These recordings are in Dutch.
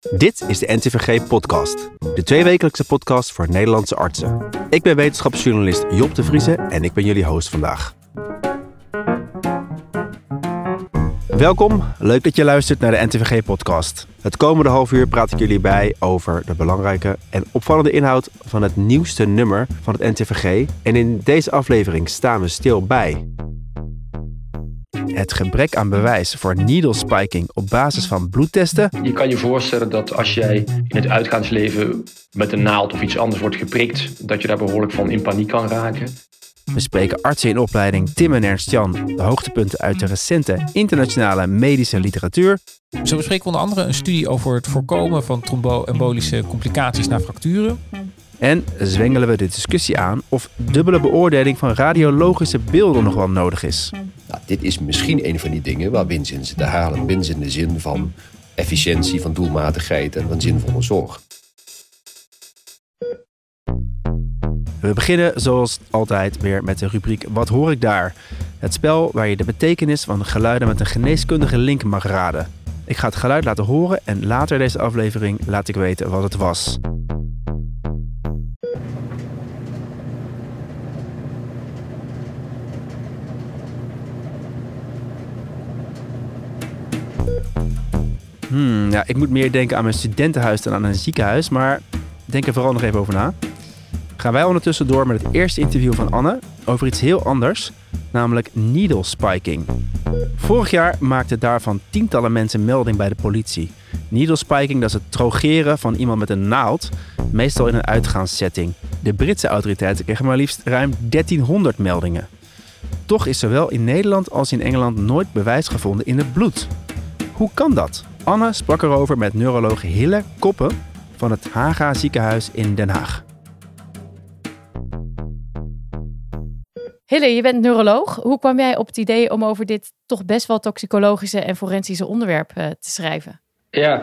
Dit is de NTVG-podcast, de tweewekelijkse podcast voor Nederlandse artsen. Ik ben wetenschapsjournalist Job de Vrieze en ik ben jullie host vandaag. Welkom, leuk dat je luistert naar de NTVG-podcast. Het komende half uur praat ik jullie bij over de belangrijke en opvallende inhoud van het nieuwste nummer van het NTVG. En in deze aflevering staan we stil bij het gebrek aan bewijs voor needle spiking op basis van bloedtesten. Je kan je voorstellen dat als jij in het uitgaansleven met een naald of iets anders wordt geprikt, dat je daar behoorlijk van in paniek kan raken. We spreken artsen in opleiding Tim en Ernst-Jan, de hoogtepunten uit de recente internationale medische literatuur. Zo bespreken we onder andere een studie over het voorkomen van tromboembolische complicaties na fracturen. En zwengelen we de discussie aan of dubbele beoordeling van radiologische beelden nog wel nodig is. Nou, dit is misschien een van die dingen waar wins in zit te halen. Wins in de zin van efficiëntie, van doelmatigheid en van zinvolle zorg. We beginnen zoals altijd weer met de rubriek Wat hoor ik daar? Het spel waar je de betekenis van geluiden met een geneeskundige link mag raden. Ik ga het geluid laten horen en later deze aflevering laat ik weten wat het was. Ik moet meer denken aan mijn studentenhuis dan aan een ziekenhuis, maar denk er vooral nog even over na. Gaan wij ondertussen door met het eerste interview van Anne over iets heel anders, namelijk needle spiking. Vorig jaar maakten daarvan tientallen mensen melding bij de politie. Needle spiking, dat is het trogeren van iemand met een naald, meestal in een uitgaanssetting. De Britse autoriteiten kregen maar liefst ruim 1300 meldingen. Toch is zowel in Nederland als in Engeland nooit bewijs gevonden in het bloed. Hoe kan dat? Anne sprak erover met neuroloog Hille Koppen van het Haga ziekenhuis in Den Haag. Hille, je bent neuroloog. Hoe kwam jij op het idee om over dit toch best wel toxicologische en forensische onderwerp te schrijven? Ja,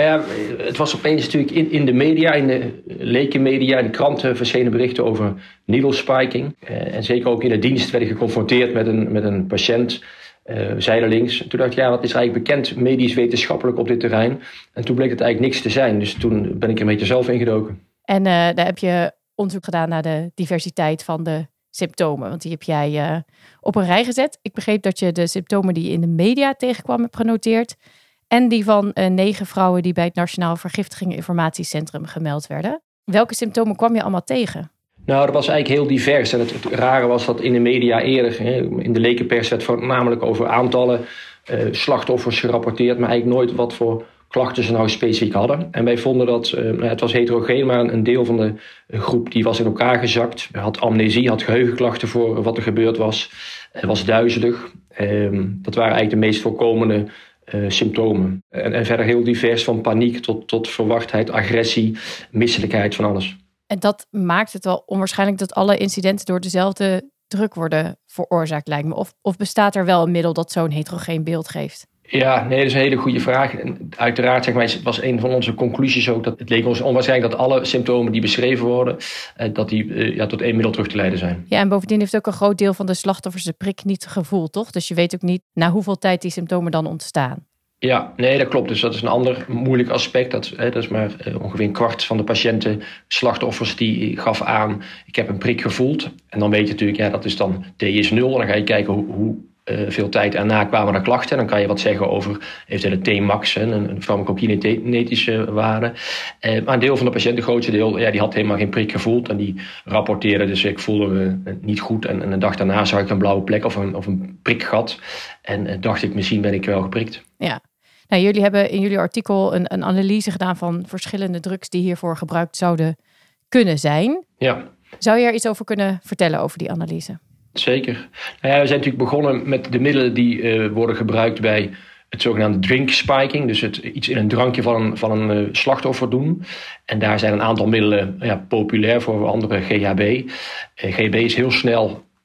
het was opeens natuurlijk in de media, in de lekenmedia, in de kranten verschenen berichten over needle spiking. En zeker ook in de dienst werd ik geconfronteerd met een patiënt, zijdelings. Toen dacht ik, wat is eigenlijk bekend medisch wetenschappelijk op dit terrein? En toen bleek het eigenlijk niks te zijn. Dus toen ben ik er een beetje zelf ingedoken. En daar heb je onderzoek gedaan naar de diversiteit van de symptomen. Want die heb jij op een rij gezet. Ik begreep dat je de symptomen die je in de media tegenkwam hebt genoteerd. En die van 9 vrouwen die bij het Nationaal Vergiftigingen Informatiecentrum gemeld werden. Welke symptomen kwam je allemaal tegen? Nou, dat was eigenlijk heel divers. En het rare was dat in de media eerder, in de lekenpers werd voornamelijk over aantallen slachtoffers gerapporteerd, maar eigenlijk nooit wat voor klachten ze nou specifiek hadden. En wij vonden dat, het was heterogeen, maar een deel van de groep die was in elkaar gezakt. Had amnesie, had geheugenklachten voor wat er gebeurd was. Was duizelig. Dat waren eigenlijk de meest voorkomende symptomen. En verder heel divers, van paniek tot verwachtheid, agressie, misselijkheid, van alles. En dat maakt het wel onwaarschijnlijk dat alle incidenten door dezelfde druk worden veroorzaakt, lijkt me. Of bestaat er wel een middel dat zo'n heterogeen beeld geeft? Ja, nee, dat is een hele goede vraag. En uiteraard, was een van onze conclusies ook dat het leek ons onwaarschijnlijk dat alle symptomen die beschreven worden, dat die tot één middel terug te leiden zijn. Ja, en bovendien heeft ook een groot deel van de slachtoffers de prik niet gevoeld, toch? Dus je weet ook niet na hoeveel tijd die symptomen dan ontstaan. Ja, nee, dat klopt. Dus dat is een ander moeilijk aspect. Dat is maar ongeveer een kwart van de patiënten, slachtoffers, die gaf aan, ik heb een prik gevoeld. En dan weet je natuurlijk, dat is dan T is 0. En dan ga je kijken hoe veel tijd erna kwamen er klachten. En dan kan je wat zeggen over eventuele T-max, een farmacokinetische waarde. Maar een deel van de patiënten, het grootste deel, die had helemaal geen prik gevoeld. En die rapporteerde, dus ik voelde me niet goed. En een dag daarna zag ik een blauwe plek of een prikgat. En dacht ik, misschien ben ik wel geprikt. Ja. Nou, jullie hebben in jullie artikel een analyse gedaan van verschillende drugs die hiervoor gebruikt zouden kunnen zijn. Ja. Zou je er iets over kunnen vertellen over die analyse? Zeker. We zijn natuurlijk begonnen met de middelen die worden gebruikt bij het zogenaamde drink spiking. Dus het iets in een drankje van een slachtoffer doen. En daar zijn een aantal middelen populair voor, andere GHB. GHB is heel snel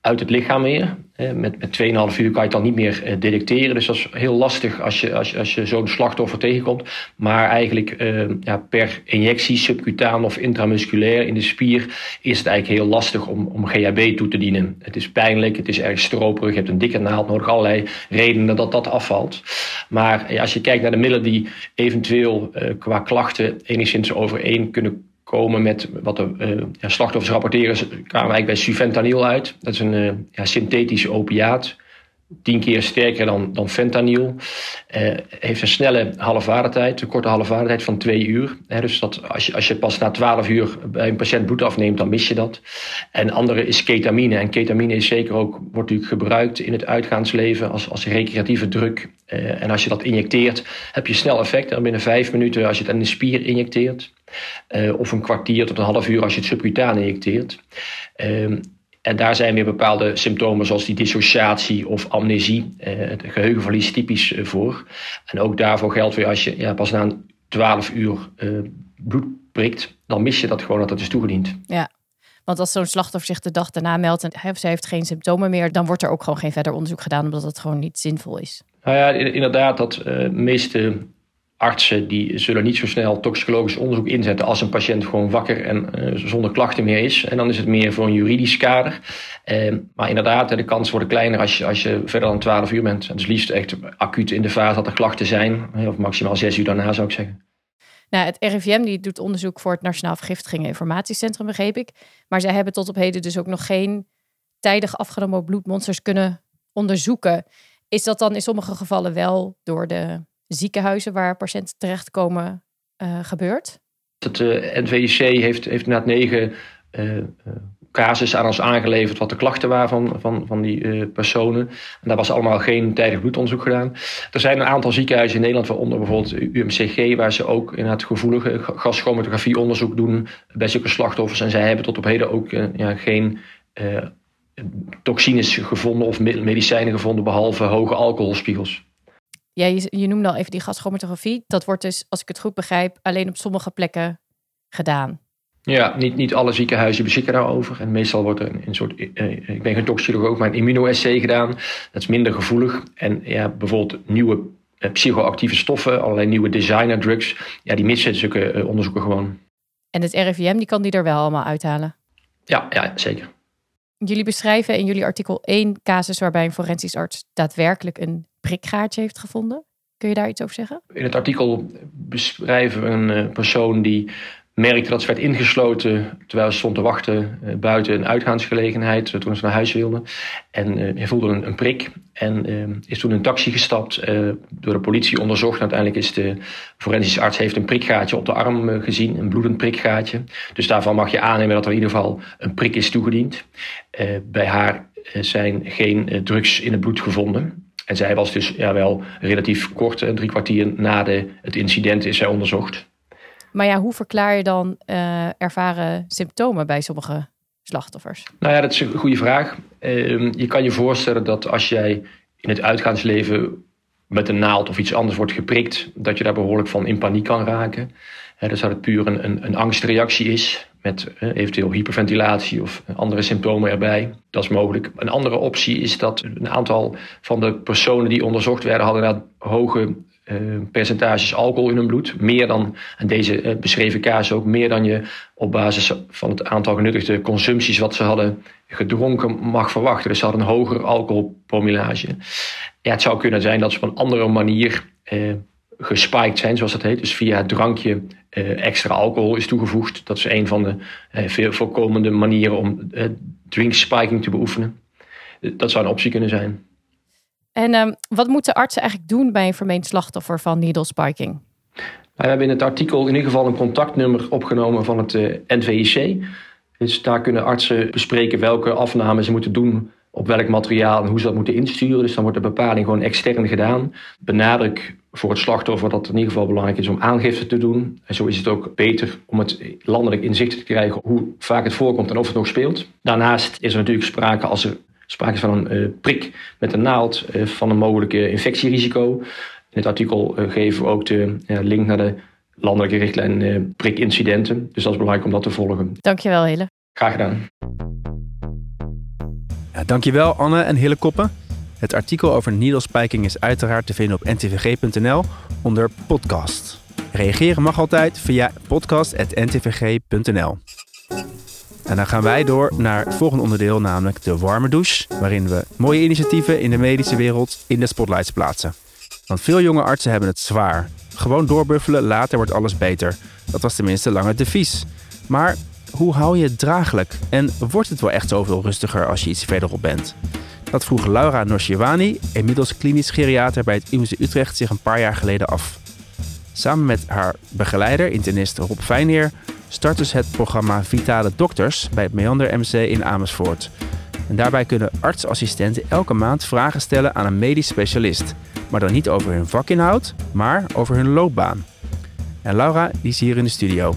uit het lichaam weer. Met 2,5 uur kan je het dan niet meer detecteren. Dus dat is heel lastig als je zo'n slachtoffer tegenkomt. Maar eigenlijk per injectie, subcutaan of intramusculair in de spier, is het eigenlijk heel lastig om GHB toe te dienen. Het is pijnlijk, het is erg stroperig, je hebt een dikke naald nodig, allerlei redenen dat afvalt. Maar als je kijkt naar de middelen die eventueel qua klachten enigszins overeen kunnen komen met wat de slachtoffers rapporteren, kwamen eigenlijk bij sufentanil uit. Dat is een synthetische opiaat. 10 keer sterker dan fentanyl. Heeft een snelle halfwaardetijd, een korte halfwaardetijd van 2 uur. Dus dat als je pas na 12 uur bij een patiënt bloed afneemt, dan mis je dat. En andere is ketamine. En ketamine is zeker ook, wordt natuurlijk gebruikt in het uitgaansleven als recreatieve drug. En als je dat injecteert, heb je snel effect. En binnen 5 minuten als je het in de spier injecteert. Of een kwartier tot een half uur als je het subcutaan injecteert. En daar zijn weer bepaalde symptomen zoals die dissociatie of amnesie, het geheugenverlies typisch voor. En ook daarvoor geldt weer als je pas na 12 uur bloed prikt, dan mis je dat gewoon dat het is toegediend. Ja, want als zo'n slachtoffer zich de dag daarna meldt en hij of zij heeft geen symptomen meer, dan wordt er ook gewoon geen verder onderzoek gedaan omdat het gewoon niet zinvol is. Nou ja, inderdaad, dat meeste artsen die zullen niet zo snel toxicologisch onderzoek inzetten als een patiënt gewoon wakker en zonder klachten meer is. En dan is het meer voor een juridisch kader. Maar inderdaad, de kans wordt kleiner als je verder dan 12 uur bent. Het is liefst echt acuut in de fase dat er klachten zijn. Of maximaal 6 uur daarna zou ik zeggen. Nou, het RIVM die doet onderzoek voor het Nationaal Vergiftigingen Informatiecentrum, begreep ik. Maar zij hebben tot op heden dus ook nog geen tijdig afgenomen bloedmonsters kunnen onderzoeken. Is dat dan in sommige gevallen wel door de ziekenhuizen waar patiënten terechtkomen gebeurd? Het NVIC heeft inderdaad 9 casus aan ons aangeleverd wat de klachten waren van die personen. En daar was allemaal geen tijdig bloedonderzoek gedaan. Er zijn een aantal ziekenhuizen in Nederland, waaronder bijvoorbeeld UMCG, waar ze ook inderdaad gevoelige gaschromatografie onderzoek doen bij zulke slachtoffers. En zij hebben tot op heden ook geen toxines gevonden of medicijnen gevonden, behalve hoge alcoholspiegels. Ja, je noemde al even die gaschromatografie. Dat wordt dus, als ik het goed begrijp, alleen op sommige plekken gedaan. Ja, niet alle ziekenhuizen beschikken daarover. En meestal wordt er een soort, ik ben geen toxicoloog ook, maar een immunoassay gedaan. Dat is minder gevoelig. En bijvoorbeeld nieuwe psychoactieve stoffen, allerlei nieuwe designer drugs, die missen zulke onderzoeken gewoon. En het RIVM, die kan die er wel allemaal uithalen? Ja, zeker. Jullie beschrijven in jullie artikel 1 casus waarbij een forensisch arts daadwerkelijk een prikgaatje heeft gevonden. Kun je daar iets over zeggen? In het artikel beschrijven we een persoon die merkte dat ze werd ingesloten terwijl ze stond te wachten buiten een uitgaansgelegenheid toen ze naar huis wilde. En hij voelde een prik en is toen in een taxi gestapt, door de politie onderzocht. En uiteindelijk is de forensisch arts heeft een prikgaatje op de arm gezien, een bloedend prikgaatje. Dus daarvan mag je aannemen dat er in ieder geval een prik is toegediend. Bij haar zijn geen drugs in het bloed gevonden. En zij was dus wel relatief kort, 3 kwartier na het incident is zij onderzocht. Maar hoe verklaar je dan ervaren symptomen bij sommige slachtoffers? Nou ja, dat is een goede vraag. Je kan je voorstellen dat als jij in het uitgaansleven met een naald of iets anders wordt geprikt, dat je daar behoorlijk van in paniek kan raken. Dus dat het puur een angstreactie is met eventueel hyperventilatie of andere symptomen erbij. Dat is mogelijk. Een andere optie is dat een aantal van de personen die onderzocht werden, hadden hoge percentages alcohol in hun bloed. Meer dan, en deze beschreven casus ook, meer dan je op basis van het aantal genuttigde consumpties wat ze hadden gedronken mag verwachten. Dus ze hadden een hoger alcoholpromillage. Ja, het zou kunnen zijn dat ze op een andere manier gespiked zijn, zoals dat heet. Dus via het drankje extra alcohol is toegevoegd. Dat is een van de veel voorkomende manieren om drink spiking te beoefenen. Dat zou een optie kunnen zijn. En wat moeten artsen eigenlijk doen bij een vermeend slachtoffer van needle spiking? We hebben in het artikel in ieder geval een contactnummer opgenomen van het NVIC. Dus daar kunnen artsen bespreken welke afname ze moeten doen, op welk materiaal en hoe ze dat moeten insturen. Dus dan wordt de bepaling gewoon extern gedaan. Benadruk voor het slachtoffer dat het in ieder geval belangrijk is om aangifte te doen. En zo is het ook beter om het landelijk inzicht te krijgen hoe vaak het voorkomt en of het nog speelt. Daarnaast is er natuurlijk sprake, als er sprake is van een prik met een naald, van een mogelijke infectierisico. In het artikel geven we ook de link naar de landelijke richtlijn prikincidenten. Dus dat is belangrijk om dat te volgen. Dankjewel, Hille. Graag gedaan. Ja, dankjewel Anne en Hille Koppen. Het artikel over needle spiking is uiteraard te vinden op ntvg.nl onder podcast. Reageren mag altijd via podcast@ntvg.nl. En dan gaan wij door naar het volgende onderdeel, namelijk de warme douche, waarin we mooie initiatieven in de medische wereld in de spotlights plaatsen. Want veel jonge artsen hebben het zwaar. Gewoon doorbuffelen, later wordt alles beter. Dat was tenminste lang het devies. Maar hoe hou je het draaglijk? En wordt het wel echt zoveel rustiger als je iets verderop bent? Dat vroeg Laura Norsjewani, inmiddels klinisch geriater bij het UMC Utrecht, zich een paar jaar geleden af. Samen met haar begeleider, internist Rob Fijnheer, startte ze het programma Vitale Dokters bij het Meander MC in Amersfoort. En daarbij kunnen artsassistenten elke maand vragen stellen aan een medisch specialist. Maar dan niet over hun vakinhoud, maar over hun loopbaan. En Laura die is hier in de studio.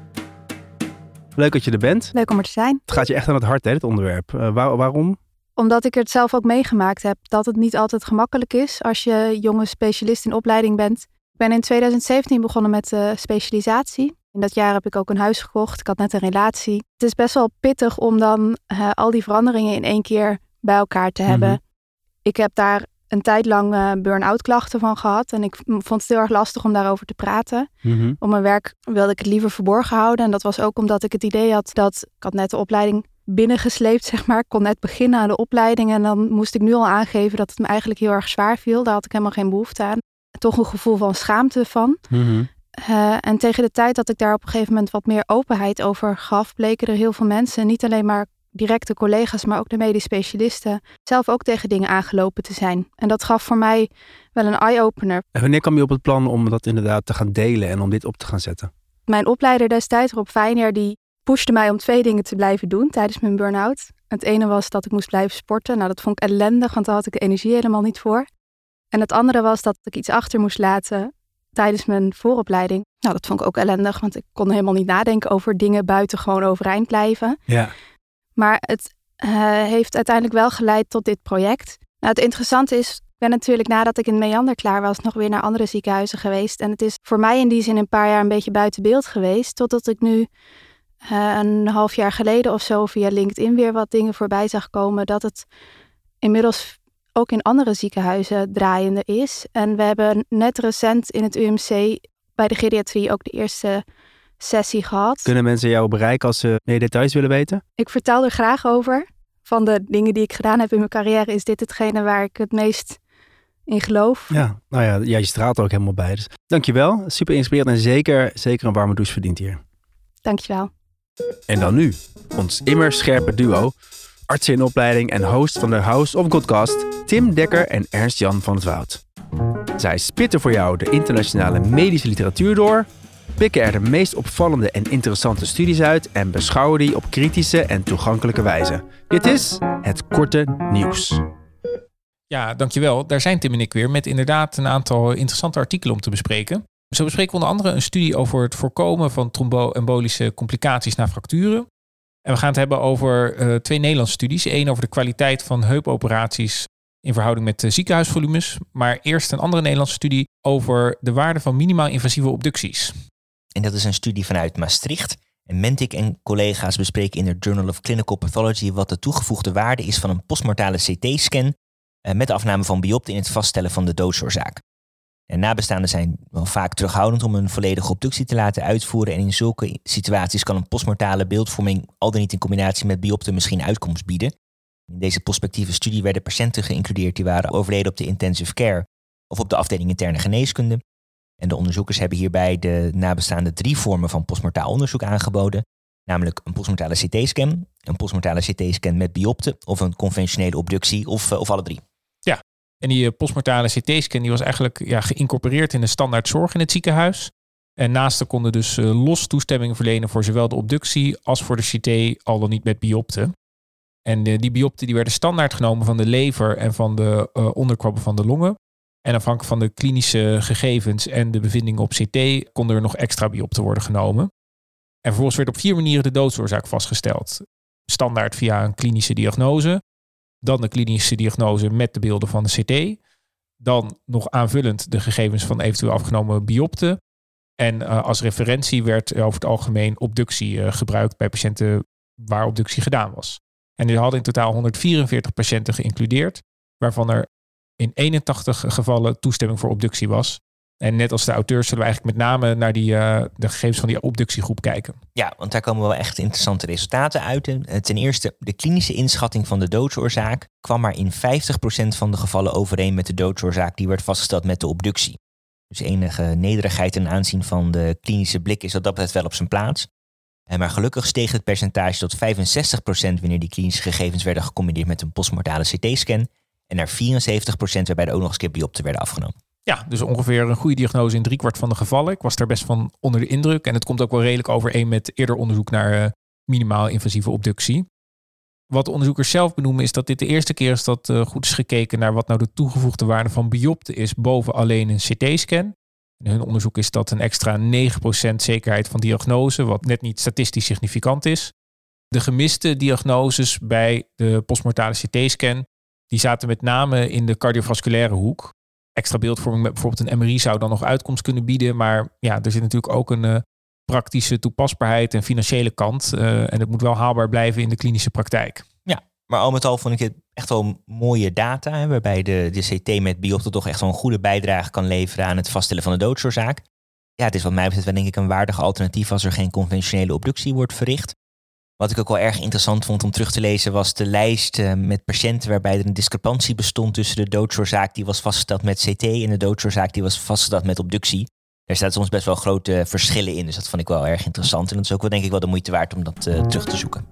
Leuk dat je er bent. Leuk om er te zijn. Het gaat je echt aan het hart, hè, dit onderwerp. Waarom? Omdat ik het zelf ook meegemaakt heb dat het niet altijd gemakkelijk is als je jonge specialist in opleiding bent. Ik ben in 2017 begonnen met de specialisatie. In dat jaar heb ik ook een huis gekocht. Ik had net een relatie. Het is best wel pittig om dan al die veranderingen in één keer bij elkaar te hebben. Mm-hmm. Ik heb daar een tijd lang burn-out klachten van gehad. En ik vond het heel erg lastig om daarover te praten. Mm-hmm. Op mijn werk wilde ik het liever verborgen houden. En dat was ook omdat ik het idee had dat ik had net de opleiding binnengesleept, zeg maar. Ik kon net beginnen aan de opleiding. En dan moest ik nu al aangeven dat het me eigenlijk heel erg zwaar viel. Daar had ik helemaal geen behoefte aan. Toch een gevoel van schaamte van. Mm-hmm. En tegen de tijd dat ik daar op een gegeven moment wat meer openheid over gaf, bleken er heel veel mensen, niet alleen maar directe collega's, maar ook de medisch specialisten, zelf ook tegen dingen aangelopen te zijn. En dat gaf voor mij wel een eye-opener. En wanneer kwam je op het plan om dat inderdaad te gaan delen en om dit op te gaan zetten? Mijn opleider destijds, Rob Fijnheer, die pushte mij om 2 dingen te blijven doen tijdens mijn burn-out. Het ene was dat ik moest blijven sporten. Nou, dat vond ik ellendig, want daar had ik de energie helemaal niet voor. En het andere was dat ik iets achter moest laten tijdens mijn vooropleiding. Nou, dat vond ik ook ellendig, want ik kon helemaal niet nadenken over dingen buiten gewoon overeind blijven. Ja. Maar het heeft uiteindelijk wel geleid tot dit project. Nou, het interessante is, ik ben natuurlijk nadat ik in Meander klaar was nog weer naar andere ziekenhuizen geweest. En het is voor mij in die zin een paar jaar een beetje buiten beeld geweest. Totdat ik nu een half jaar geleden of zo via LinkedIn weer wat dingen voorbij zag komen. Dat het inmiddels ook in andere ziekenhuizen draaiende is. En we hebben net recent in het UMC bij de geriatrie ook de eerste sessie gehad. Kunnen mensen jou bereiken als ze meer details willen weten? Ik vertel er graag over. Van de dingen die ik gedaan heb in mijn carrière is dit hetgene waar ik het meest in geloof. Ja, nou ja, je straalt er ook helemaal bij. Dus dankjewel, super inspirerend en zeker een warme douche verdient hier. Dankjewel. En dan nu, ons immer scherpe duo, artsen in opleiding en host van de House of Godcast, Tim Dekker en Ernst-Jan van het Woud. Zij spitten voor jou de internationale medische literatuur door, pikken er de meest opvallende en interessante studies uit en beschouwen die op kritische en toegankelijke wijze. Dit is het korte nieuws. Ja, dankjewel. Daar zijn Tim en ik weer met inderdaad een aantal interessante artikelen om te bespreken. Zo bespreken we onder andere een studie over het voorkomen van tromboembolische complicaties na fracturen. En we gaan het hebben over 2 Nederlandse studies. Eén over de kwaliteit van heupoperaties in verhouding met ziekenhuisvolumes. Maar eerst een andere Nederlandse studie over de waarde van minimaal invasieve obducties. En dat is een studie vanuit Maastricht. En Mentik en collega's bespreken in de Journal of Clinical Pathology wat de toegevoegde waarde is van een postmortale CT-scan met de afname van biopten in het vaststellen van de doodsoorzaak. En nabestaanden zijn wel vaak terughoudend om een volledige obductie te laten uitvoeren. En in zulke situaties kan een postmortale beeldvorming al dan niet in combinatie met biopten misschien uitkomst bieden. In deze prospectieve studie werden patiënten geïncludeerd die waren overleden op de intensive care of op de afdeling interne geneeskunde. En de onderzoekers hebben hierbij de nabestaanden 3 vormen van postmortaal onderzoek aangeboden. Namelijk een postmortale CT-scan, een postmortale CT-scan met biopten of een conventionele obductie of alle 3. Ja, en die postmortale CT-scan die was eigenlijk geïncorporeerd in de standaard zorg in het ziekenhuis. En naasten konden dus los toestemming verlenen voor zowel de obductie als voor de CT, al dan niet met biopten. En die biopten die werden standaard genomen van de lever en van de onderkwabben van de longen. En afhankelijk van de klinische gegevens en de bevindingen op CT konden er nog extra biopten worden genomen. En vervolgens werd op 4 manieren de doodsoorzaak vastgesteld. Standaard via een klinische diagnose. Dan de klinische diagnose met de beelden van de CT. Dan nog aanvullend de gegevens van eventueel afgenomen biopten. En als referentie werd over het algemeen obductie gebruikt bij patiënten waar obductie gedaan was. En die hadden in totaal 144 patiënten geïncludeerd, waarvan er in 81 gevallen toestemming voor obductie was. En net als de auteurs zullen we eigenlijk met name naar de gegevens van die obductiegroep kijken. Ja, want daar komen wel echt interessante resultaten uit. Ten eerste, de klinische inschatting van de doodsoorzaak kwam maar in 50% van de gevallen overeen met de doodsoorzaak die werd vastgesteld met de obductie. Dus enige nederigheid ten aanzien van de klinische blik is wat dat betreft wel op zijn plaats. Maar gelukkig steeg het percentage tot 65% wanneer die klinische gegevens werden gecombineerd met een postmortale CT-scan. En naar 74% waarbij er ook nog eens een keer biopten werden afgenomen. Ja, dus ongeveer een goede diagnose in 3/4 van de gevallen. Ik was daar best van onder de indruk. En het komt ook wel redelijk overeen met eerder onderzoek naar minimaal invasieve obductie. Wat de onderzoekers zelf benoemen is dat dit de eerste keer is dat goed is gekeken naar wat nou de toegevoegde waarde van biopten is boven alleen een CT-scan. In hun onderzoek is dat een extra 9% zekerheid van diagnose, wat net niet statistisch significant is. De gemiste diagnoses bij de postmortale CT-scan, die zaten met name in de cardiovasculaire hoek. Extra beeldvorming met bijvoorbeeld een MRI zou dan nog uitkomst kunnen bieden. Maar ja, er zit natuurlijk ook een praktische toepasbaarheid en financiële kant. En het moet wel haalbaar blijven in de klinische praktijk. Ja, maar al met al vond ik het echt wel mooie data. Hè, waarbij de CT met biopten toch echt wel een goede bijdrage kan leveren aan het vaststellen van de doodsoorzaak. Ja, het is wat mij betreft wel denk ik een waardig alternatief als er geen conventionele obductie wordt verricht. Wat ik ook wel erg interessant vond om terug te lezen was de lijst met patiënten waarbij er een discrepantie bestond tussen de doodsoorzaak die was vastgesteld met CT en de doodsoorzaak die was vastgesteld met obductie. Er staat soms best wel grote verschillen in, dus dat vond ik wel erg interessant. En dat is ook wel denk ik wel de moeite waard om dat terug te zoeken.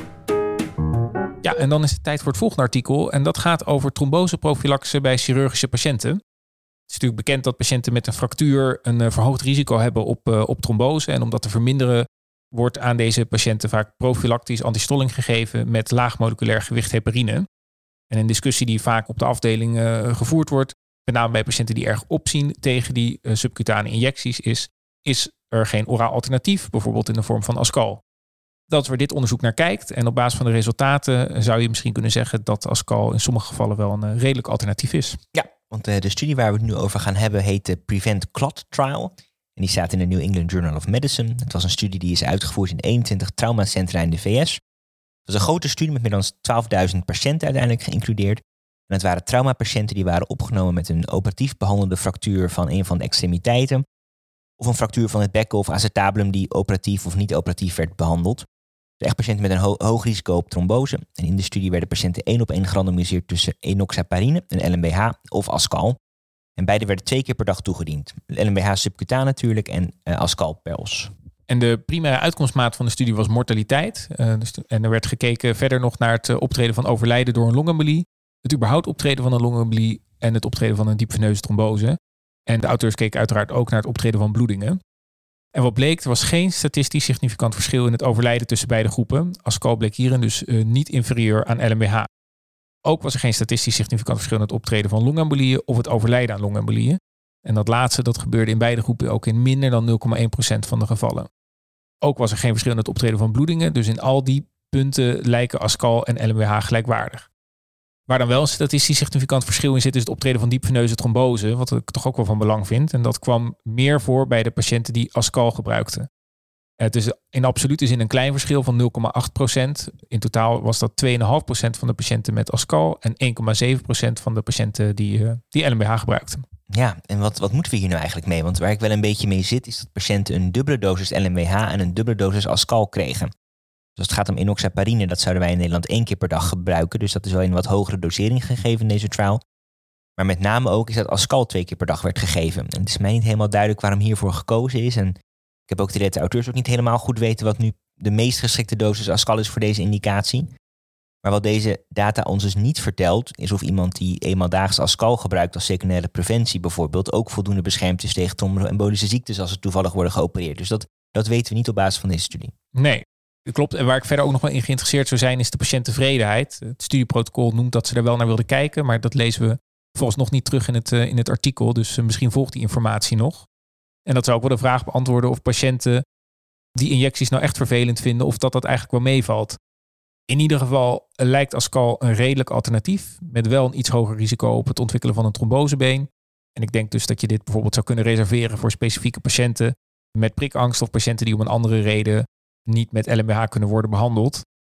Ja, en dan is het tijd voor het volgende artikel. En dat gaat over tromboseprofylaxe bij chirurgische patiënten. Het is natuurlijk bekend dat patiënten met een fractuur een verhoogd risico hebben op trombose. En om dat te verminderen wordt aan deze patiënten vaak profylactisch antistolling gegeven met laag moleculair gewicht heparine. En een discussie die vaak op de afdeling gevoerd wordt, met name bij patiënten die erg opzien tegen die subcutane injecties, is er geen oraal alternatief, bijvoorbeeld in de vorm van Ascal. Dat is waar dit onderzoek naar kijkt. En op basis van de resultaten zou je misschien kunnen zeggen dat Ascal in sommige gevallen wel een redelijk alternatief is. Ja, want de studie waar we het nu over gaan hebben heet de Prevent Clot Trial. En die staat in de New England Journal of Medicine. Het was een studie die is uitgevoerd in 21 traumacentra in de VS. Het was een grote studie met meer dan 12.000 patiënten uiteindelijk geïncludeerd. En het waren traumapatiënten die waren opgenomen met een operatief behandelde fractuur van een van de extremiteiten. Of een fractuur van het bekken of acetabulum die operatief of niet operatief werd behandeld. Dus echt patiënten met een hoog risico op trombose. En in de studie werden patiënten 1-op-1 gerandomiseerd tussen enoxaparine, een LMBH of Ascal. En beide werden 2 keer per dag toegediend. LMBH subcutaan natuurlijk en Ascal per os. En de primaire uitkomstmaat van de studie was mortaliteit. En er werd gekeken verder nog naar het optreden van overlijden door een longembolie, het überhaupt optreden van een longembolie en het optreden van een diepveneuze trombose. En de auteurs keken uiteraard ook naar het optreden van bloedingen. En wat bleek, er was geen statistisch significant verschil in het overlijden tussen beide groepen. Ascal bleek hierin dus niet inferieur aan LMBH. Ook was er geen statistisch significant verschil in het optreden van longembolieën of het overlijden aan longembolieën. En dat laatste, dat gebeurde in beide groepen ook in minder dan 0,1% van de gevallen. Ook was er geen verschil in het optreden van bloedingen. Dus in al die punten lijken Ascal en LMBH gelijkwaardig. Waar dan wel een statistisch significant verschil in zit, is het optreden van diepveneuze trombose, wat ik toch ook wel van belang vind. En dat kwam meer voor bij de patiënten die Ascal gebruikten. Het is in absolute zin een klein verschil van 0,8%. In totaal was dat 2,5% van de patiënten met Ascal en 1,7% van de patiënten die LMBH gebruikten. Ja, en wat moeten we hier nou eigenlijk mee? Want waar ik wel een beetje mee zit, is dat patiënten een dubbele dosis LMBH en een dubbele dosis Ascal kregen. Dus als het gaat om enoxaparine, dat zouden wij in Nederland 1 keer per dag gebruiken. Dus dat is wel in een wat hogere dosering gegeven in deze trial. Maar met name ook is dat Ascal 2 keer per dag werd gegeven. En het is mij niet helemaal duidelijk waarom hiervoor gekozen is. En ik heb ook de auteurs ook niet helemaal goed weten wat nu de meest geschikte dosis Ascal is voor deze indicatie. Maar wat deze data ons dus niet vertelt, is of iemand die eenmaaldaags Ascal gebruikt als secundaire preventie bijvoorbeeld ook voldoende beschermd is tegen tromboembolische ziektes als ze toevallig worden geopereerd. Dus dat weten we niet op basis van deze studie. Nee, klopt. En waar ik verder ook nog wel in geïnteresseerd zou zijn, is de patiënttevredenheid. Het studieprotocol noemt dat ze er wel naar wilden kijken, maar dat lezen we volgens nog niet terug in het artikel. Dus misschien volgt die informatie nog. En dat zou ook wel de vraag beantwoorden of patiënten die injecties nou echt vervelend vinden of dat eigenlijk wel meevalt. In ieder geval lijkt Ascal een redelijk alternatief met wel een iets hoger risico op het ontwikkelen van een trombosebeen. En ik denk dus dat je dit bijvoorbeeld zou kunnen reserveren voor specifieke patiënten met prikangst of patiënten die om een andere reden niet met LMBH kunnen worden behandeld.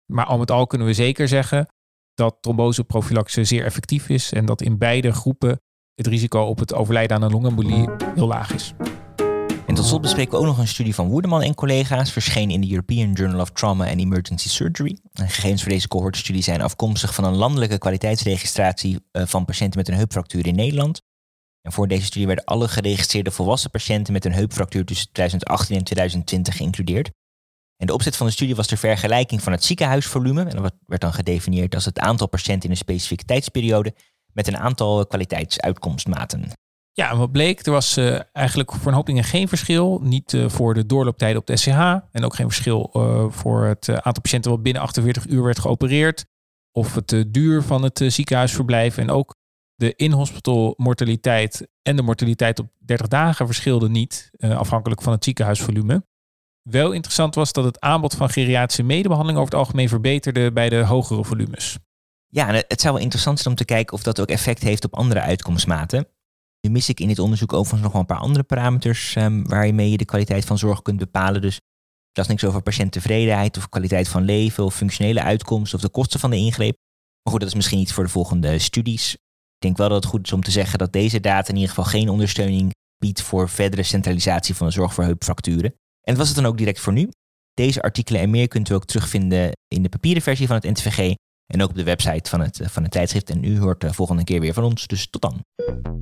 Maar al met al kunnen we zeker zeggen dat tromboseprofylaxe zeer effectief is en dat in beide groepen het risico op het overlijden aan een longembolie heel laag is. En tot slot bespreken we ook nog een studie van Woerdeman en collega's, verschenen in de European Journal of Trauma and Emergency Surgery. De gegevens voor deze cohortstudie zijn afkomstig van een landelijke kwaliteitsregistratie van patiënten met een heupfractuur in Nederland. En voor deze studie werden alle geregistreerde volwassen patiënten met een heupfractuur tussen 2018 en 2020 geïncludeerd. En de opzet van de studie was de vergelijking van het ziekenhuisvolume, en dat werd dan gedefinieerd als het aantal patiënten in een specifieke tijdsperiode, met een aantal kwaliteitsuitkomstmaten. Ja, en wat bleek, er was eigenlijk voor een hoop dingen geen verschil. Niet voor de doorlooptijden op de SCH en ook geen verschil voor het aantal patiënten wat binnen 48 uur werd geopereerd. Of het duur van het ziekenhuisverblijf en ook de in-hospital mortaliteit en de mortaliteit op 30 dagen verschilden niet, afhankelijk van het ziekenhuisvolume. Wel interessant was dat het aanbod van geriatrische medebehandeling over het algemeen verbeterde bij de hogere volumes. Ja, en het zou wel interessant zijn om te kijken of dat ook effect heeft op andere uitkomstmaten. Nu mis ik in dit onderzoek overigens nog wel een paar andere parameters waarmee je de kwaliteit van zorg kunt bepalen. Dus ik las niks over patiënttevredenheid of kwaliteit van leven of functionele uitkomst of de kosten van de ingreep. Maar goed, dat is misschien iets voor de volgende studies. Ik denk wel dat het goed is om te zeggen dat deze data in ieder geval geen ondersteuning biedt voor verdere centralisatie van de zorg voor heupfracturen. En dat was het dan ook direct voor nu. Deze artikelen en meer kunt u ook terugvinden in de papieren versie van het NTVG en ook op de website van het tijdschrift. En u hoort de volgende keer weer van ons, dus tot dan.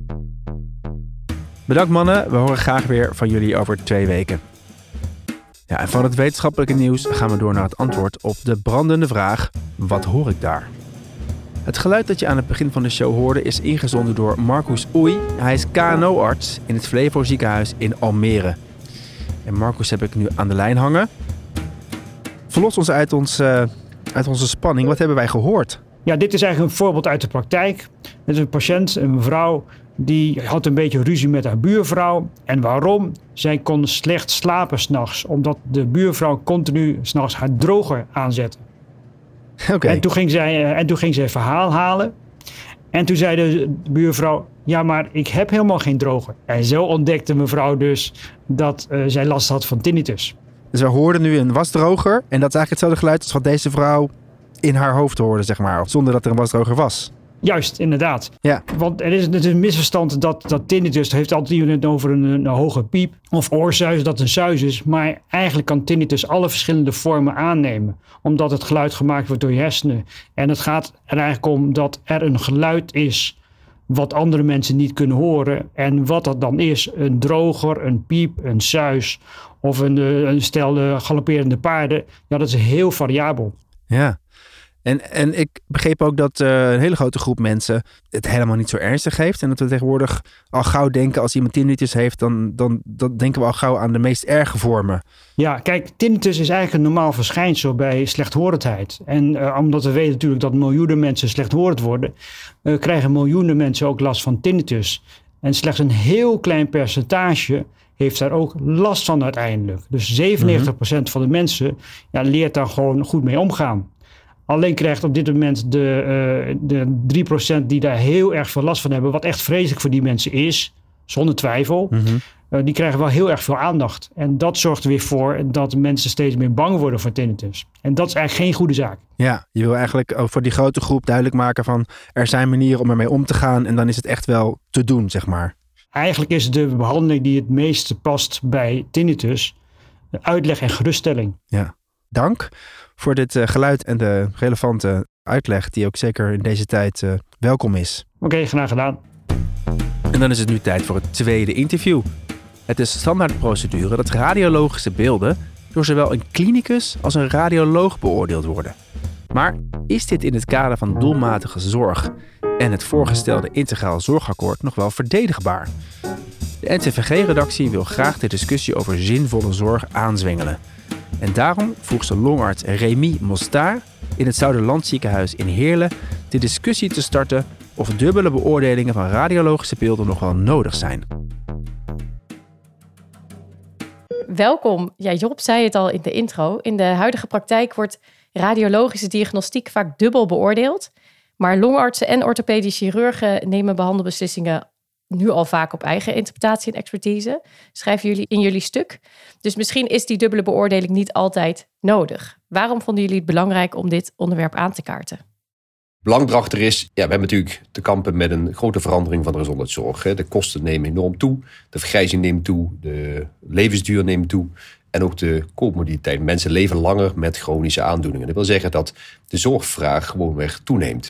Bedankt mannen, we horen graag weer van jullie over 2 weken. Ja, en van het wetenschappelijke nieuws gaan we door naar het antwoord op de brandende vraag: wat hoor ik daar? Het geluid dat je aan het begin van de show hoorde is ingezonden door Marcus Oei. Hij is KNO-arts in het Flevo ziekenhuis in Almere. En Marcus heb ik nu aan de lijn hangen. Verlos ons uit onze spanning. Wat hebben wij gehoord? Ja, dit is eigenlijk een voorbeeld uit de praktijk. Het is een patiënt, een mevrouw, die had een beetje ruzie met haar buurvrouw. En waarom? Zij kon slecht slapen 's nachts, omdat de buurvrouw continu 's nachts haar droger aanzette. Okay. En toen ging zij verhaal halen. En toen zei de buurvrouw: ja, maar ik heb helemaal geen droger. En zo ontdekte mevrouw dus dat zij last had van tinnitus. Dus we hoorden nu een wasdroger. En dat is eigenlijk hetzelfde geluid als wat deze vrouw in haar hoofd hoorde, zeg maar. Zonder dat er een wasdroger was. Juist, inderdaad. Ja. Want er is een misverstand dat tinnitus heeft altijd iemand over een hoge piep of oorsuis, dat een suis is. Maar eigenlijk kan tinnitus alle verschillende vormen aannemen. Omdat het geluid gemaakt wordt door je hersenen. En het gaat er eigenlijk om dat er een geluid is wat andere mensen niet kunnen horen. En wat dat dan is, een droger, een piep, een suis of een stel galopperende paarden. Ja, dat is heel variabel. Ja. En ik begreep ook dat een hele grote groep mensen het helemaal niet zo ernstig heeft. En dat we tegenwoordig al gauw denken, als iemand tinnitus heeft, dan denken we al gauw aan de meest erge vormen. Ja, kijk, tinnitus is eigenlijk een normaal verschijnsel bij slechthorendheid. En omdat we weten natuurlijk dat miljoenen mensen slechthorend worden, krijgen miljoenen mensen ook last van tinnitus. En slechts een heel klein percentage heeft daar ook last van uiteindelijk. Dus 97% van de mensen leert daar gewoon goed mee omgaan. Alleen krijgt op dit moment de 3% die daar heel erg veel last van hebben, wat echt vreselijk voor die mensen is, zonder twijfel, die krijgen wel heel erg veel aandacht. En dat zorgt er weer voor dat mensen steeds meer bang worden voor tinnitus. En dat is eigenlijk geen goede zaak. Ja, je wil eigenlijk voor die grote groep duidelijk maken van er zijn manieren om ermee om te gaan en dan is het echt wel te doen, zeg maar. Eigenlijk is de behandeling die het meeste past bij tinnitus uitleg en geruststelling. Ja, dank voor dit geluid en de relevante uitleg die ook zeker in deze tijd welkom is. Oké, graag gedaan. En dan is het nu tijd voor het tweede interview. Het is standaardprocedure dat radiologische beelden door zowel een klinicus als een radioloog beoordeeld worden. Maar is dit in het kader van doelmatige zorg en het voorgestelde integraal zorgakkoord nog wel verdedigbaar? De NTVG-redactie wil graag de discussie over zinvolle zorg aanzwengelen. En daarom vroeg ze longarts Remy Mostard in het Zuiderlandziekenhuis in Heerlen de discussie te starten of dubbele beoordelingen van radiologische beelden nog wel nodig zijn. Welkom. Ja, Job zei het al in de intro. In de huidige praktijk wordt radiologische diagnostiek vaak dubbel beoordeeld. Maar longartsen en orthopedisch chirurgen nemen behandelbeslissingen nu al vaak op eigen interpretatie en expertise, schrijven jullie in jullie stuk. Dus misschien is die dubbele beoordeling niet altijd nodig. Waarom vonden jullie het belangrijk om dit onderwerp aan te kaarten? Belang erachter is, we hebben natuurlijk te kampen met een grote verandering van de gezondheidszorg. De kosten nemen enorm toe, de vergrijzing neemt toe, de levensduur neemt toe. En ook de comorbiditeit. Mensen leven langer met chronische aandoeningen. Dat wil zeggen dat de zorgvraag gewoon weer toeneemt.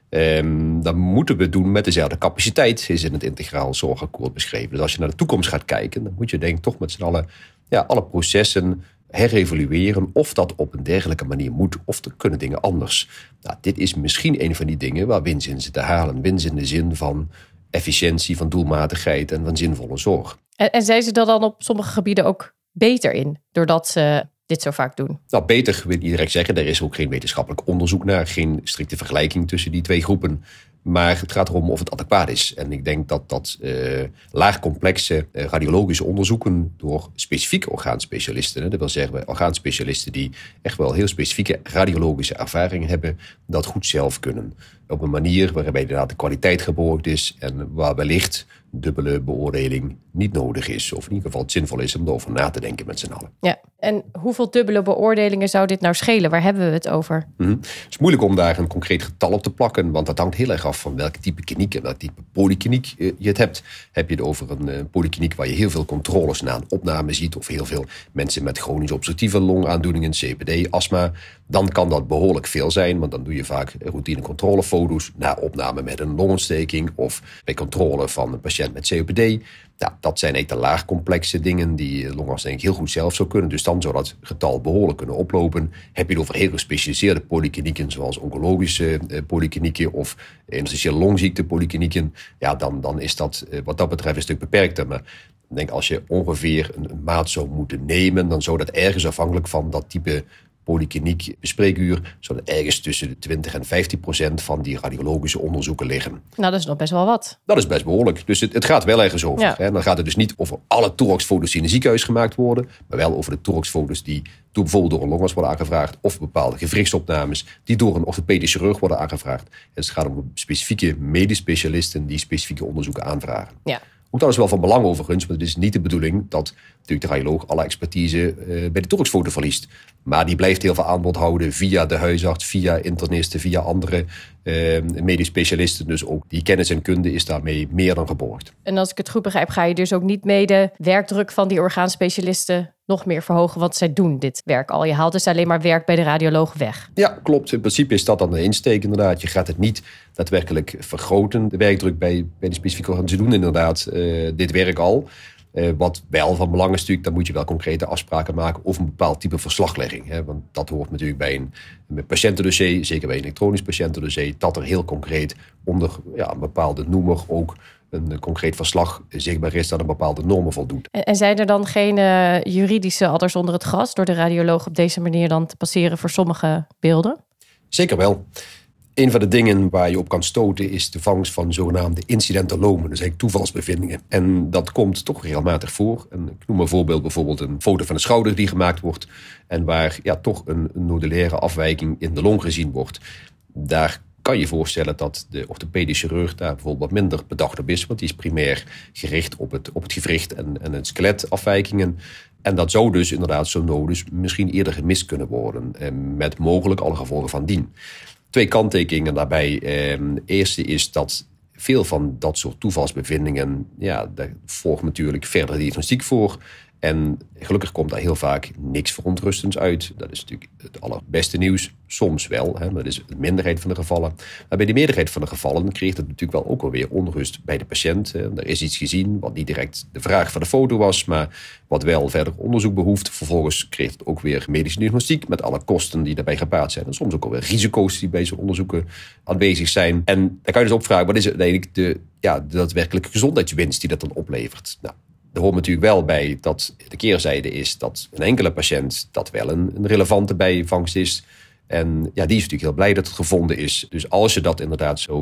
Dat moeten we doen met dezelfde capaciteit, is in het integraal zorgakkoord beschreven. Dus als je naar de toekomst gaat kijken, dan moet je denk ik toch met z'n allen alle processen herevalueren of dat op een dergelijke manier moet of er kunnen dingen anders. Nou, dit is misschien een van die dingen waar winst in zit te halen. Winst in de zin van efficiëntie, van doelmatigheid en van zinvolle zorg. En zijn ze er dan op sommige gebieden ook beter in, doordat ze dit zo vaak doen? Nou, beter wil ik niet direct zeggen. Er is ook geen wetenschappelijk onderzoek naar, geen strikte vergelijking tussen die twee groepen. Maar het gaat erom of het adequaat is. En ik denk dat laagcomplexe radiologische onderzoeken door specifieke orgaanspecialisten, dat wil zeggen orgaanspecialisten die echt wel heel specifieke radiologische ervaring hebben, dat goed zelf kunnen. Op een manier waarbij inderdaad de kwaliteit geborgd is en waar wellicht dubbele beoordeling niet nodig is. Of in ieder geval het zinvol is om erover na te denken met z'n allen. Ja, en hoeveel dubbele beoordelingen zou dit nou schelen? Waar hebben we het over? Het is moeilijk om daar een concreet getal op te plakken, want dat hangt heel erg af van welke type kliniek en welk type polykliniek je het hebt. Heb je het over een polykliniek waar je heel veel controles na een opname ziet, of heel veel mensen met chronisch obstructieve longaandoeningen, COPD, astma, dan kan dat behoorlijk veel zijn, want dan doe je vaak routinecontrolefoto's na opname met een longontsteking of bij controle van een patiënt met COPD. Ja, dat zijn echt de laagcomplexe dingen die longarts denk ik heel goed zelf zou kunnen. Dus dan zou dat getal behoorlijk kunnen oplopen. Heb je het over heel gespecialiseerde polyklinieken zoals oncologische polyklinieken of interstitiële longziekte polyklinieken, ja, dan is dat wat dat betreft een stuk beperkter. Maar ik denk als je ongeveer een maat zou moeten nemen, dan zou dat ergens afhankelijk van dat type polykliniek bespreekuur, zou dat ergens tussen de 20 en 15% van die radiologische onderzoeken liggen. Nou, dat is nog best wel wat. Dat is best behoorlijk. Dus het gaat wel ergens over. Ja. Hè? Dan gaat het dus niet over alle thoraxfoto's die in een ziekenhuis gemaakt worden, maar wel over de thoraxfoto's die bijvoorbeeld door een longarts worden aangevraagd of bepaalde gewrichtsopnames die door een orthopedisch chirurg worden aangevraagd. Het gaat om specifieke medisch specialisten die specifieke onderzoeken aanvragen. Ja. Ook dat is wel van belang overigens, maar het is niet de bedoeling dat natuurlijk de radioloog alle expertise bij de thoraxfoto verliest. Maar die blijft heel veel aanbod houden via de huisarts, via internisten, via andere medisch specialisten. Dus ook die kennis en kunde is daarmee meer dan geborgd. En als ik het goed begrijp, ga je dus ook niet mee de werkdruk van die orgaanspecialisten nog meer verhogen, want zij doen dit werk al. Je haalt dus alleen maar werk bij de radioloog weg. Ja, klopt. In principe is dat dan de insteek inderdaad. Je gaat het niet daadwerkelijk vergroten, de werkdruk bij de specifieke organen. Ze doen inderdaad dit werk al. Wat wel van belang is natuurlijk, dan moet je wel concrete afspraken maken over een bepaald type verslaglegging. Hè? Want dat hoort natuurlijk bij een patiëntendossier, zeker bij een elektronisch patiëntendossier, dat er heel concreet onder een bepaalde noemer ook een concreet verslag zichtbaar is dat een bepaalde normen voldoet. En zijn er dan geen juridische adders onder het gras door de radioloog op deze manier dan te passeren voor sommige beelden? Zeker wel. Een van de dingen waar je op kan stoten is de vangst van zogenaamde incidentalomen, dus eigenlijk toevalsbevindingen. En dat komt toch regelmatig voor. En ik noem een voorbeeld, bijvoorbeeld een foto van de schouder die gemaakt wordt en waar toch een nodulaire afwijking in de long gezien wordt. Daar kan je voorstellen dat de orthopedische chirurg daar bijvoorbeeld wat minder bedacht op is, want die is primair gericht op het gewricht en het skeletafwijkingen. En dat zou dus inderdaad zo nodig misschien eerder gemist kunnen worden, met mogelijk alle gevolgen van dien. Twee kanttekeningen daarbij. Eerste is dat veel van dat soort toevalsbevindingen, daar volgt natuurlijk verdere diagnostiek voor. En gelukkig komt daar heel vaak niks verontrustends uit. Dat is natuurlijk het allerbeste nieuws. Soms wel, maar dat is de minderheid van de gevallen. Maar bij de meerderheid van de gevallen creëert het natuurlijk wel ook alweer onrust bij de patiënt. Er is iets gezien wat niet direct de vraag van de foto was, maar wat wel verder onderzoek behoeft. Vervolgens creëert het ook weer medische diagnostiek met alle kosten die daarbij gepaard zijn. En soms ook alweer risico's die bij zo'n onderzoeken aanwezig zijn. En dan kan je dus opvragen, wat is uiteindelijk de daadwerkelijke gezondheidswinst die dat dan oplevert? Nou, er hoort natuurlijk wel bij dat de keerzijde is dat een enkele patiënt dat wel een relevante bijvangst is. En die is natuurlijk heel blij dat het gevonden is. Dus als je dat inderdaad zo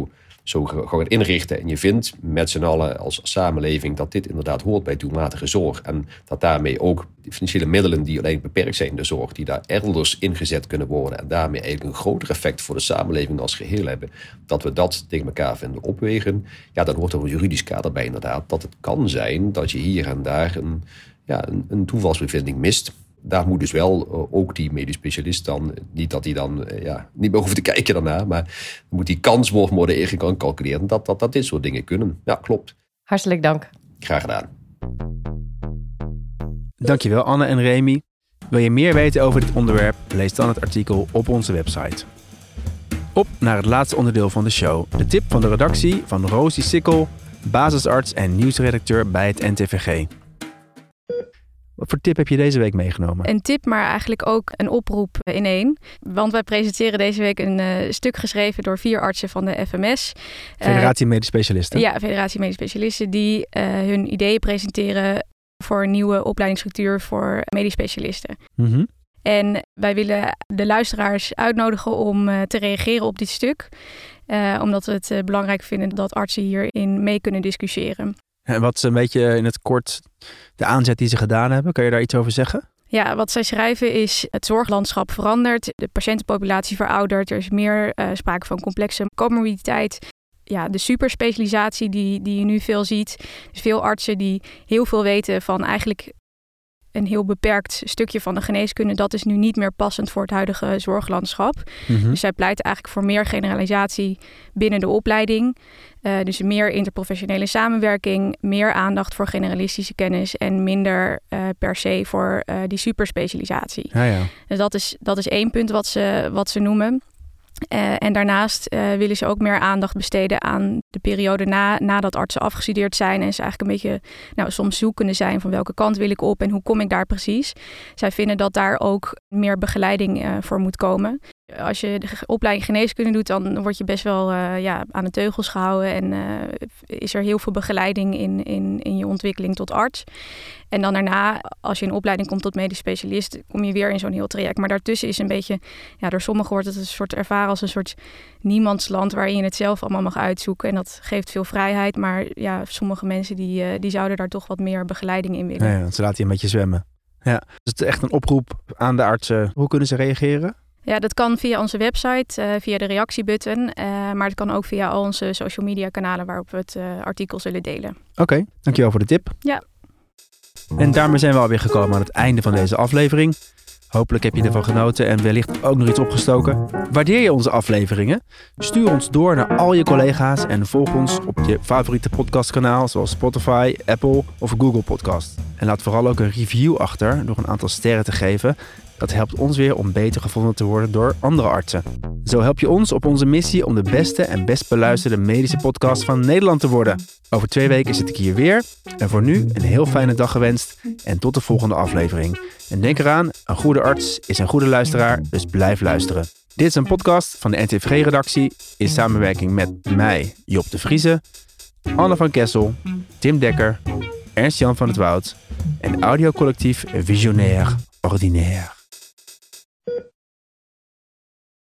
zo gaat inrichten en je vindt met z'n allen als samenleving dat dit inderdaad hoort bij doelmatige zorg. En dat daarmee ook de financiële middelen die alleen beperkt zijn in de zorg, die daar elders ingezet kunnen worden en daarmee eigenlijk een groter effect voor de samenleving als geheel hebben, dat we dat tegen elkaar vinden opwegen. Ja, dan hoort er een juridisch kader bij inderdaad, dat het kan zijn dat je hier en daar een toevalsbevinding mist. Daar moet dus wel ook die medisch specialist dan, niet dat hij dan niet meer hoeft te kijken daarna, maar dan moet die kans worden ingecalculeerd dat dit soort dingen kunnen. Ja, klopt. Hartelijk dank. Graag gedaan. Dankjewel Anne en Remy. Wil je meer weten over dit onderwerp? Lees dan het artikel op onze website. Op naar het laatste onderdeel van de show. De tip van de redactie van Rosie Sikkel, basisarts en nieuwsredacteur bij het NTVG. Wat voor tip heb je deze week meegenomen? Een tip, maar eigenlijk ook een oproep in één. Want wij presenteren deze week een stuk geschreven door 4 artsen van de FMS. Federatie Medisch Specialisten. Ja, Federatie Medisch Specialisten die hun ideeën presenteren voor een nieuwe opleidingsstructuur voor medisch specialisten. Mm-hmm. En wij willen de luisteraars uitnodigen om te reageren op dit stuk. Omdat we het belangrijk vinden dat artsen hierin mee kunnen discussiëren. En wat is een beetje in het kort de aanzet die ze gedaan hebben? Kan je daar iets over zeggen? Ja, wat zij schrijven is het zorglandschap verandert. De patiëntenpopulatie veroudert. Er is meer sprake van complexe comorbiditeit. Ja, de superspecialisatie die je nu veel ziet. Dus veel artsen die heel veel weten van eigenlijk een heel beperkt stukje van de geneeskunde. Dat is nu niet meer passend voor het huidige zorglandschap. Mm-hmm. Dus zij pleiten eigenlijk voor meer generalisatie binnen de opleiding. Dus meer interprofessionele samenwerking, meer aandacht voor generalistische kennis en minder per se voor die superspecialisatie. Ja. Dus dat is één punt wat ze noemen. En daarnaast willen ze ook meer aandacht besteden aan de periode nadat artsen afgestudeerd zijn. En ze eigenlijk een beetje soms zoekende zijn van welke kant wil ik op en hoe kom ik daar precies. Zij vinden dat daar ook meer begeleiding voor moet komen. Als je de opleiding geneeskunde doet, dan word je best wel aan de teugels gehouden. En is er heel veel begeleiding in je ontwikkeling tot arts. En dan daarna, als je in opleiding komt tot medisch specialist, kom je weer in zo'n heel traject. Maar daartussen is een beetje, door sommigen wordt het een soort ervaren als een soort niemandsland waarin je het zelf allemaal mag uitzoeken. En dat geeft veel vrijheid. Maar ja, sommige mensen die zouden daar toch wat meer begeleiding in willen. Ja, ze laten je een beetje zwemmen. Ja, dus het is echt een oproep aan de artsen. Hoe kunnen ze reageren? Ja, dat kan via onze website, via de reactiebutton. Maar het kan ook via al onze social media kanalen waarop we het artikel zullen delen. Oké, dankjewel voor de tip. Ja. En daarmee zijn we alweer gekomen aan het einde van deze aflevering. Hopelijk heb je ervan genoten en wellicht ook nog iets opgestoken. Waardeer je onze afleveringen? Stuur ons door naar al je collega's en volg ons op je favoriete podcastkanaal zoals Spotify, Apple of Google Podcast. En laat vooral ook een review achter door een aantal sterren te geven. Dat helpt ons weer om beter gevonden te worden door andere artsen. Zo help je ons op onze missie om de beste en best beluisterde medische podcast van Nederland te worden. Over 2 weken zit ik hier weer. En voor nu een heel fijne dag gewenst en tot de volgende aflevering. En denk eraan, een goede arts is een goede luisteraar, dus blijf luisteren. Dit is een podcast van de NTVG-redactie in samenwerking met mij, Job de Vrieze, Anne van Kessel, Tim Dekker, Ernst-Jan van het Woud en audiocollectief Visionair Ordinaire.